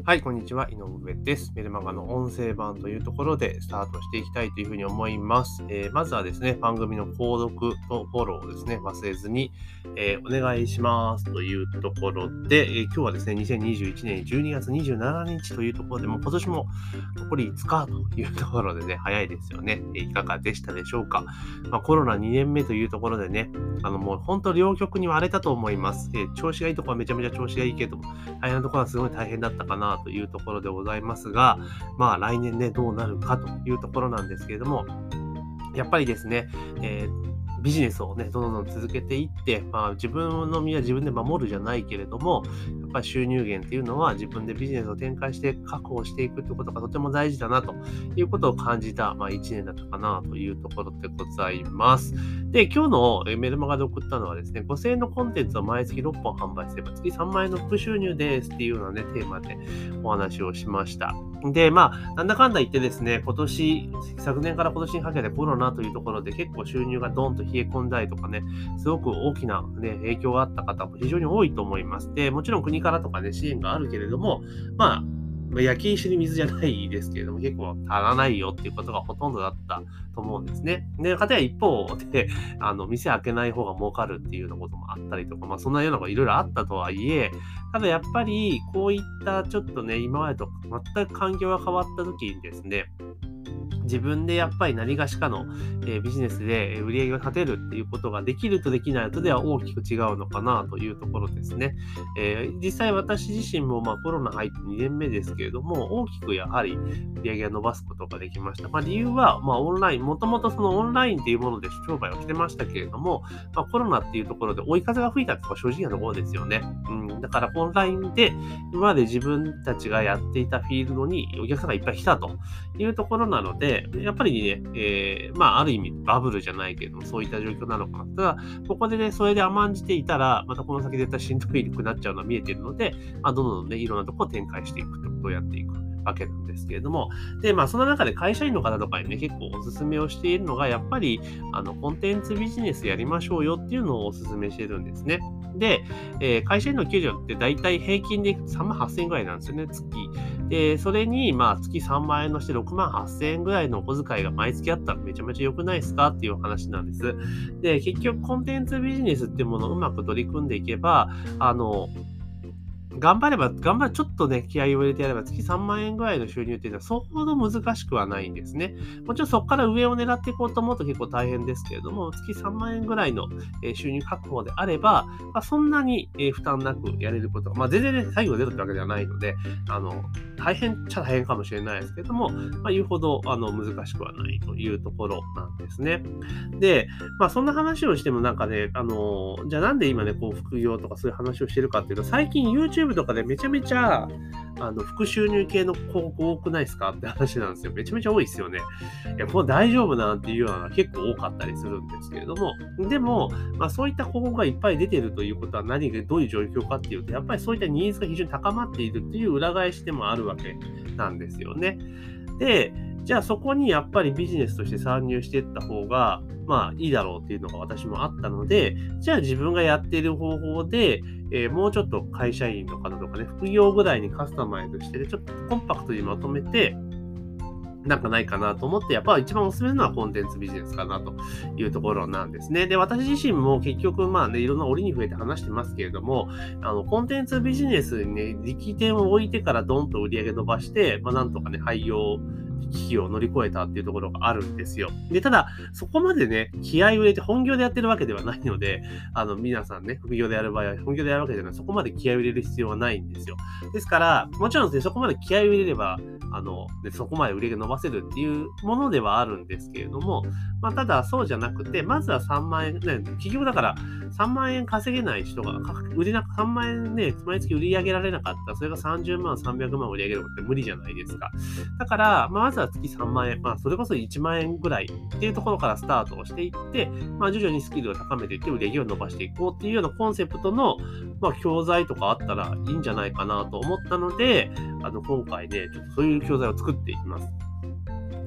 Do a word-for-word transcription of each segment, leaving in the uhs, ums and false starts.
はい、こんにちは。井上です。メルマガの音声版というところでスタートしていきたいというふうに思います。えーまずはですね、番組の購読とフォローをですね、忘れずに、えーお願いしますというところで、えー今日はですね、にせんにじゅういちねんじゅうにがつにじゅうしちにちというところで、もう今年も残りいつかというところでね、早いですよね。えーいかがでしたでしょうか。まあ、コロナにねんめというところでね、あのもう本当両極に割れたと思います。えー調子がいいところはめちゃめちゃ調子がいいけど、大変なところはすごい大変だったかなというところでございますが、まあ来年ね、どうなるかというところなんですけれども、やっぱりですね、えービジネスをね、どんどん続けていって、まあ自分の身は自分で守るじゃないけれども、やっぱり収入源っていうのは自分でビジネスを展開して確保していくってことがとても大事だなということを感じた、まあいちねんだったかなというところでございます。で、今日のメルマガで送ったのはですね、ごせんえんのコンテンツを毎月ろっぽん販売すれば月さんまんえんの副収入ですっていうようなね、テーマでお話をしました。で、まあ、なんだかんだ言ってですね、今年、昨年から今年にかけてコロナというところで結構収入がドンと冷え込んだりとかね、すごく大きな、ね、影響があった方も非常に多いと思います。で、もちろん国からとかね、支援があるけれども、まあ、焼き石に水じゃないですけれども、結構足らないよっていうことがほとんどだったと思うんですね。で、かたや一方で、あの、店開けない方が儲かるっていうようなこともあったりとか、まあそんなようなこといろいろあったとはいえ、ただやっぱりこういったちょっとね、今までと全く環境が変わった時にですね、自分でやっぱり何がしかの、えービジネスで売り上げを立てるっていうことができるとできないとでは大きく違うのかなというところですね。えー実際私自身もまあコロナ入ってにねんめですけれども、大きくやはり売り上げを伸ばすことができました。まあ理由は、まあオンライン、もともとそのオンラインっていうもので商売をしてましたけれども、まあコロナっていうところで追い風が吹いたとか正直なところですよね。うん、だからオンラインで今まで自分たちがやっていたフィールドにお客さんがいっぱい来たというところなので、やっぱりね、えー、まあ、ある意味バブルじゃないけれども、そういった状況なのかな。ただ、ここでね、それで甘んじていたら、またこの先絶対しんどくなっちゃうのは見えているので、まあ、どんどんね、いろんなところを展開していくってことをやっていくわけなんですけれども、で、まあ、その中で会社員の方とかにね、結構お勧めをしているのが、やっぱり、あの、コンテンツビジネスやりましょうよっていうのをお勧めしているんですね。で、えー会社員の給料って大体平均でさんまんはっせんえんぐらいなんですよね、月。で、それに、まあ、月さんまんえんのしてろくまんはっせんえんぐらいのお小遣いが毎月あったらめちゃめちゃ良くないですかっていう話なんです。で、結局コンテンツビジネスっていうものをうまく取り組んでいけば、あの、頑張れば、頑張る、ちょっとね、気合を入れてやれば、月さんまんえんぐらいの収入っていうのは、それほど難しくはないんですね。もちろんそこから上を狙っていこうと思うと結構大変ですけれども、月さんまんえんぐらいのえー収入確保であれば、まあ、そんなにえー負担なくやれることが、まあ、全然ね、最後出るってわけではないので、あの、大変っちゃ大変かもしれないですけれども、まあ、言うほどあの難しくはないというところなんですね。で、まあ、そんな話をしてもなんかね、あの、じゃあなんで今ね、こう、副業とかそういう話をしてるかっていうと、最近 YouTube とかでめちゃめちゃ、あの、副収入系の広告多くないですかって話なんですよ。めちゃめちゃ多いですよね。いや、これ大丈夫なんていうようなのが結構多かったりするんですけれども、でも、まあそういった広告がいっぱい出てるということは何が、どういう状況かっていうと、やっぱりそういったニーズが非常に高まっているっていう裏返しでもあるわけなんですよね。で、じゃあそこにやっぱりビジネスとして参入していった方が、まあいいだろうっていうのが私もあったので、じゃあ自分がやっている方法で、えーもうちょっと会社員の方とかね、副業ぐらいにカスタマイズして、ちょっとコンパクトにまとめて、なんかないかなと思って、やっぱ一番おすすめなのはコンテンツビジネスかなというところなんですね。で、私自身も結局まあね、いろんな折に増えて話してますけれども、あの、コンテンツビジネスにね、力点を置いてからドンと売り上げ伸ばして、まあなんとかね、廃業危機を乗り越えたっていうところがあるんですよ。で、ただ、そこまでね、気合を入れて本業でやってるわけではないので、あの、皆さんね、副業でやる場合は本業でやるわけじゃない、そこまで気合を入れる必要はないんですよ。ですから、もちろんですね、そこまで気合を入れれば、あの、でそこまで売り上げ伸ばせるっていうものではあるんですけれども、まあ、ただそうじゃなくて、まずはさんまんえん、ね、企業だからさんまんえん稼げない人が、か売れなさんまんえんね、毎月売り上げられなかったら、それがさんじゅうまん、さんびゃくまん売り上げるのって無理じゃないですか。だから、まあ、まずは月さんまんえん、まあ、それこそいちまんえんぐらいっていうところからスタートをしていって、まあ、徐々にスキルを高めていって売り上げを伸ばしていこうっていうようなコンセプトの、まあ、教材とかあったらいいんじゃないかなと思ったので、あの、今回ね、ちょっとそういう教材を作っていきます。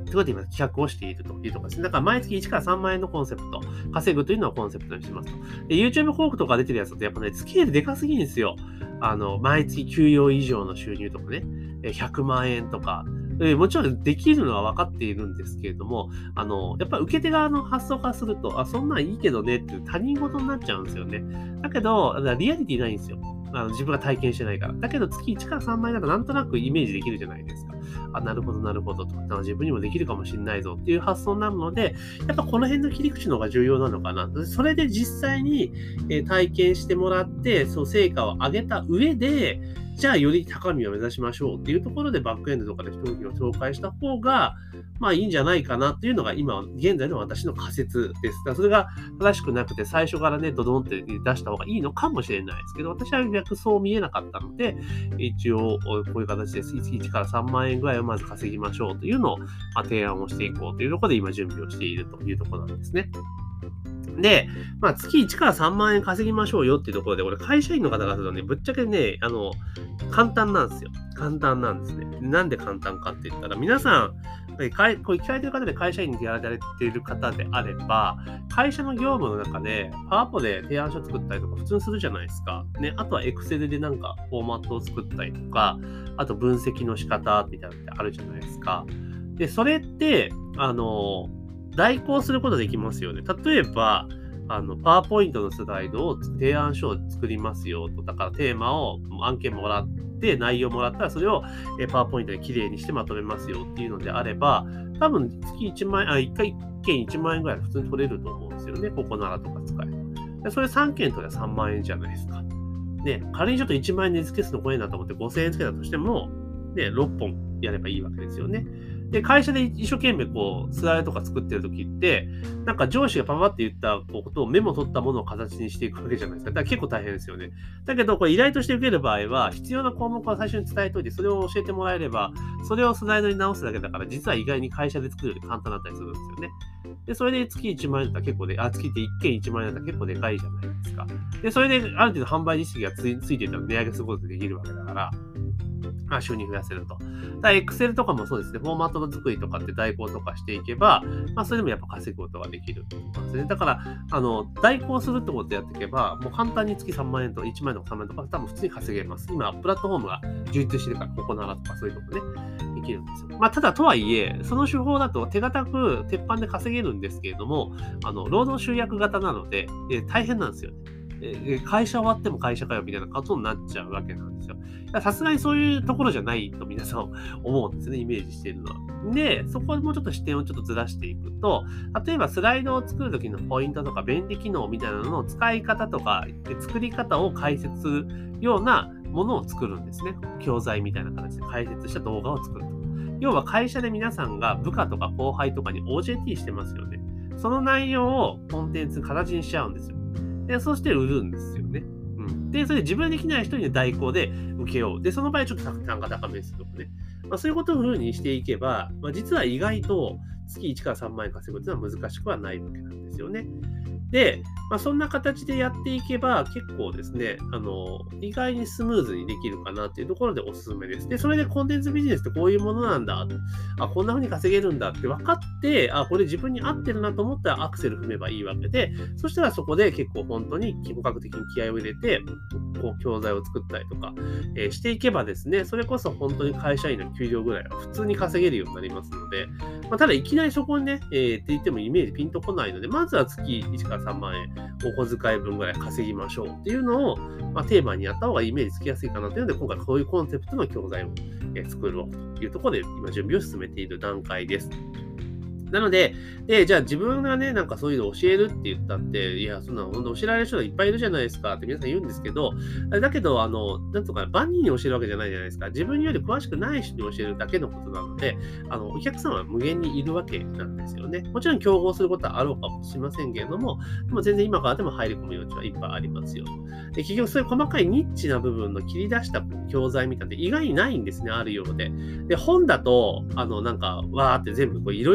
ということで今企画をしているというところですね。だから毎月いちからさんまん円のコンセプト、稼ぐというのをコンセプトにしてますと。で、YouTube 広告とか出てるやつだとやっぱね、スケールでかすぎるんですよ。あの、毎月給与以上の収入とかね、ひゃくまん円とか、えーもちろんできるのは分かっているんですけれども、あの、やっぱ受け手側の発想からすると、あ、そんなんいいけどねっていう他人事になっちゃうんですよね。だけど、だからリアリティないんですよ。あの自分が体験してないから。だけど月いちからさんまん円だとなんとなくイメージできるじゃないですか。あ、なるほど、なるほどと。だから自分にもできるかもしれないぞっていう発想になるので、やっぱこの辺の切り口の方が重要なのかな。それで実際にえー体験してもらって、そう成果を上げた上で、じゃあより高みを目指しましょうっていうところでバックエンドとかで商品を紹介した方が、まあいいんじゃないかなっていうのが今、現在の私の仮説です。だからそれが正しくなくて最初からね、ドドンって出した方がいいのかもしれないですけど、私は逆そう見えなかったので、一応こういう形です。いちからさんまん円ぐらいをまず稼ぎましょうというのを、まあ、提案をしていこうというところで今準備をしているというところなんですね。で、まあ、月いちからさんまん円稼ぎましょうよっていうところで、俺、会社員の方がするとね、ぶっちゃけね、あの、簡単なんですよ。簡単なんですね。なんで簡単かって言ったら、皆さん、えかいこう聞かれてる方で会社員でやられている方であれば、会社の業務の中で、パワポで提案書作ったりとか普通にするじゃないですか。ね、あとは Excel でなんかフォーマットを作ったりとか、あと分析の仕方みたいなのってあるじゃないですか。で、それって、あの、代行することできますよね。例えば、あの、パワーポイントのスライドを提案書を作りますよと。だからテーマを案件もらって、内容もらったらそれをパワーポイントできれいにしてまとめますよっていうのであれば、多分月いちまん円、あ、いっかいいっけんいちまん円ぐらい普通に取れると思うんですよね。ここならとか使える。でそれさんけん取ればさんまん円じゃないですか。ね、仮にちょっといちまん円値付けするの怖いなと思ってごせんえんつけたとしても、ね、ろっぽんやればいいわけですよね。で、会社で一生懸命こう、スライドとか作ってるときって、なんか上司がパパって言ったことをメモ取ったものを形にしていくわけじゃないですか。だから結構大変ですよね。だけど、これ依頼として受ける場合は、必要な項目を最初に伝えといて、それを教えてもらえれば、それをスライドに直すだけだから、実は意外に会社で作るより簡単だったりするんですよね。で、それで月いちまん円だったら結構で、あ、月っていっけんいちまん円だったら結構でかいじゃないですか。で、それである程度販売実績がついついていたら値上げすることができるわけだから、まあ、収入増やせると。だから Excel とかもそうですね、フォーマットの作りとかって代行とかしていけば、まあ、それでもやっぱ稼ぐことができるってことなんですね。だから、あの、代行するってことをやっていけば、もう簡単に月さんまん円とかいちまん円とかさんまん円とか多分普通に稼げます。今、プラットフォームが充実してるから、ここならとかそういうとこね、できるんですよ。まあ、ただとはいえ、その手法だと手堅く鉄板で稼げるんですけれども、あの、労働集約型なので、え大変なんですよね。え会社終わっても会社かよみたいなことになっちゃうわけなんですよ。さすがにそういうところじゃないと皆さん思うんですね、イメージしているのは。で、そこをもうちょっと視点をちょっとずらしていくと、例えばスライドを作るときのポイントとか便利機能みたいなのの使い方とか、作り方を解説するようなものを作るんですね。教材みたいな形で解説した動画を作ると。要は会社で皆さんが部下とか後輩とかに オージェーティー してますよね。その内容をコンテンツ形にしちゃうんですよ。で、そして売るんですよね。うん。で、それで自分できない人に代行で受けよう。で、その場合ちょっと単価高めにするとかね。まあ、そういうことを風にしていけば、まあ、実は意外と月いちからさんまん円稼ぐというのは難しくはないわけなんですよね。で、まあ、そんな形でやっていけば結構ですね、あの、意外にスムーズにできるかなっていうところでおすすめです。で、それでコンテンツビジネスってこういうものなんだ。あ、こんな風に稼げるんだって分かって、あ、これ自分に合ってるなと思ったらアクセル踏めばいいわけで、そしたらそこで結構本当に本格的に気合を入れて、こう教材を作ったりとか、えーしていけばですね、それこそ本当に会社員の給料ぐらいは普通に稼げるようになりますので、まあ、ただいきなりそこにね、えー、って言ってもイメージピンとこないので、まずは月いちからさんまん円お小遣い分ぐらい稼ぎましょうっていうのを、まあ、テーマにやった方がイメージつきやすいかなというので、今回こういうコンセプトの教材を、えー作ろうというところで今準備を進めている段階です。なので、で、じゃあ自分がね、なんかそういうのを教えるって言ったって、いや、そんな本当教えられる人がいっぱいいるじゃないですかって皆さん言うんですけど、だけど、あの、なんとか万人に教えるわけじゃないじゃないですか。自分より詳しくない人に教えるだけのことなので、あの、お客さんは無限にいるわけなんですよね。もちろん競合することはあろうかもしれませんけれども、でも全然今からでも入り込む余地はいっぱいありますよ。で、結局そういう細かいニッチな部分の切り出した教材みたいなのって意外にないんですね、あるようで。で、本だと、あの、なんか、わーって全部こういろいろ網羅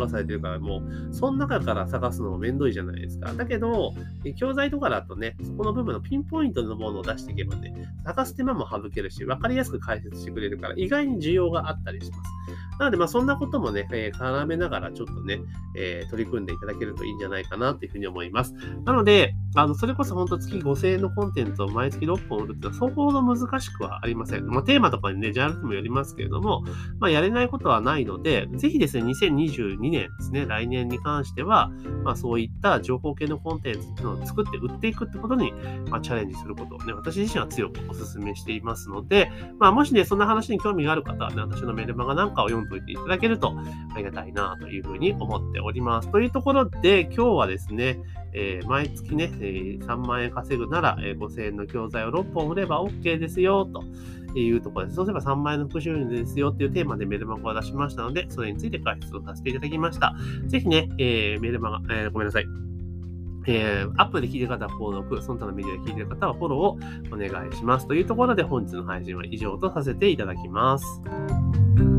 されてるから、もう、その中から探すのもめんどいじゃないですか。だけど、教材とかだとね、そこの部分のピンポイントのものを出していけばね、探す手間も省けるし、わかりやすく解説してくれるから、意外に需要があったりします。なので、まあ、そんなこともね、えー、絡めながらちょっとね、えー、取り組んでいただけるといいんじゃないかなというふうに思います。なので、あの、それこそ本当月ごせんえんのコンテンツを毎月ろっぽん売るっていうのは、そこほど難しくはありません。まあ、テーマとかにね、ジャンルにもよりますけれども、まあ、やれないことはないので、ぜひですね、にせんにじゅうにねんですね、来年に関しては、まあ、そういった情報系のコンテンツっていうのを作って売っていくってことに、まあ、チャレンジすることをね、私自身は強くお勧めしていますので、まあ、もしね、そんな話に興味がある方はね、私のメルマガなんかを読んでおいていただけるとありがたいなというふうに思っております。というところで、今日はですね、えー、毎月ね、えー、さんまんえん稼ぐなら、えー、ごせんえんの教材をろっぽん売れば OK ですよ、というところです。そうすればさんまんえんの副収入ですよっていうテーマでメルマガを出しましたので、それについて解説をさせていただきました。ぜひね、えー、メルマガ、えー、ごめんなさい。えー、アップで聞いてる方は購読、その他のメディアで聞いてる方はフォローをお願いします。というところで本日の配信は以上とさせていただきます。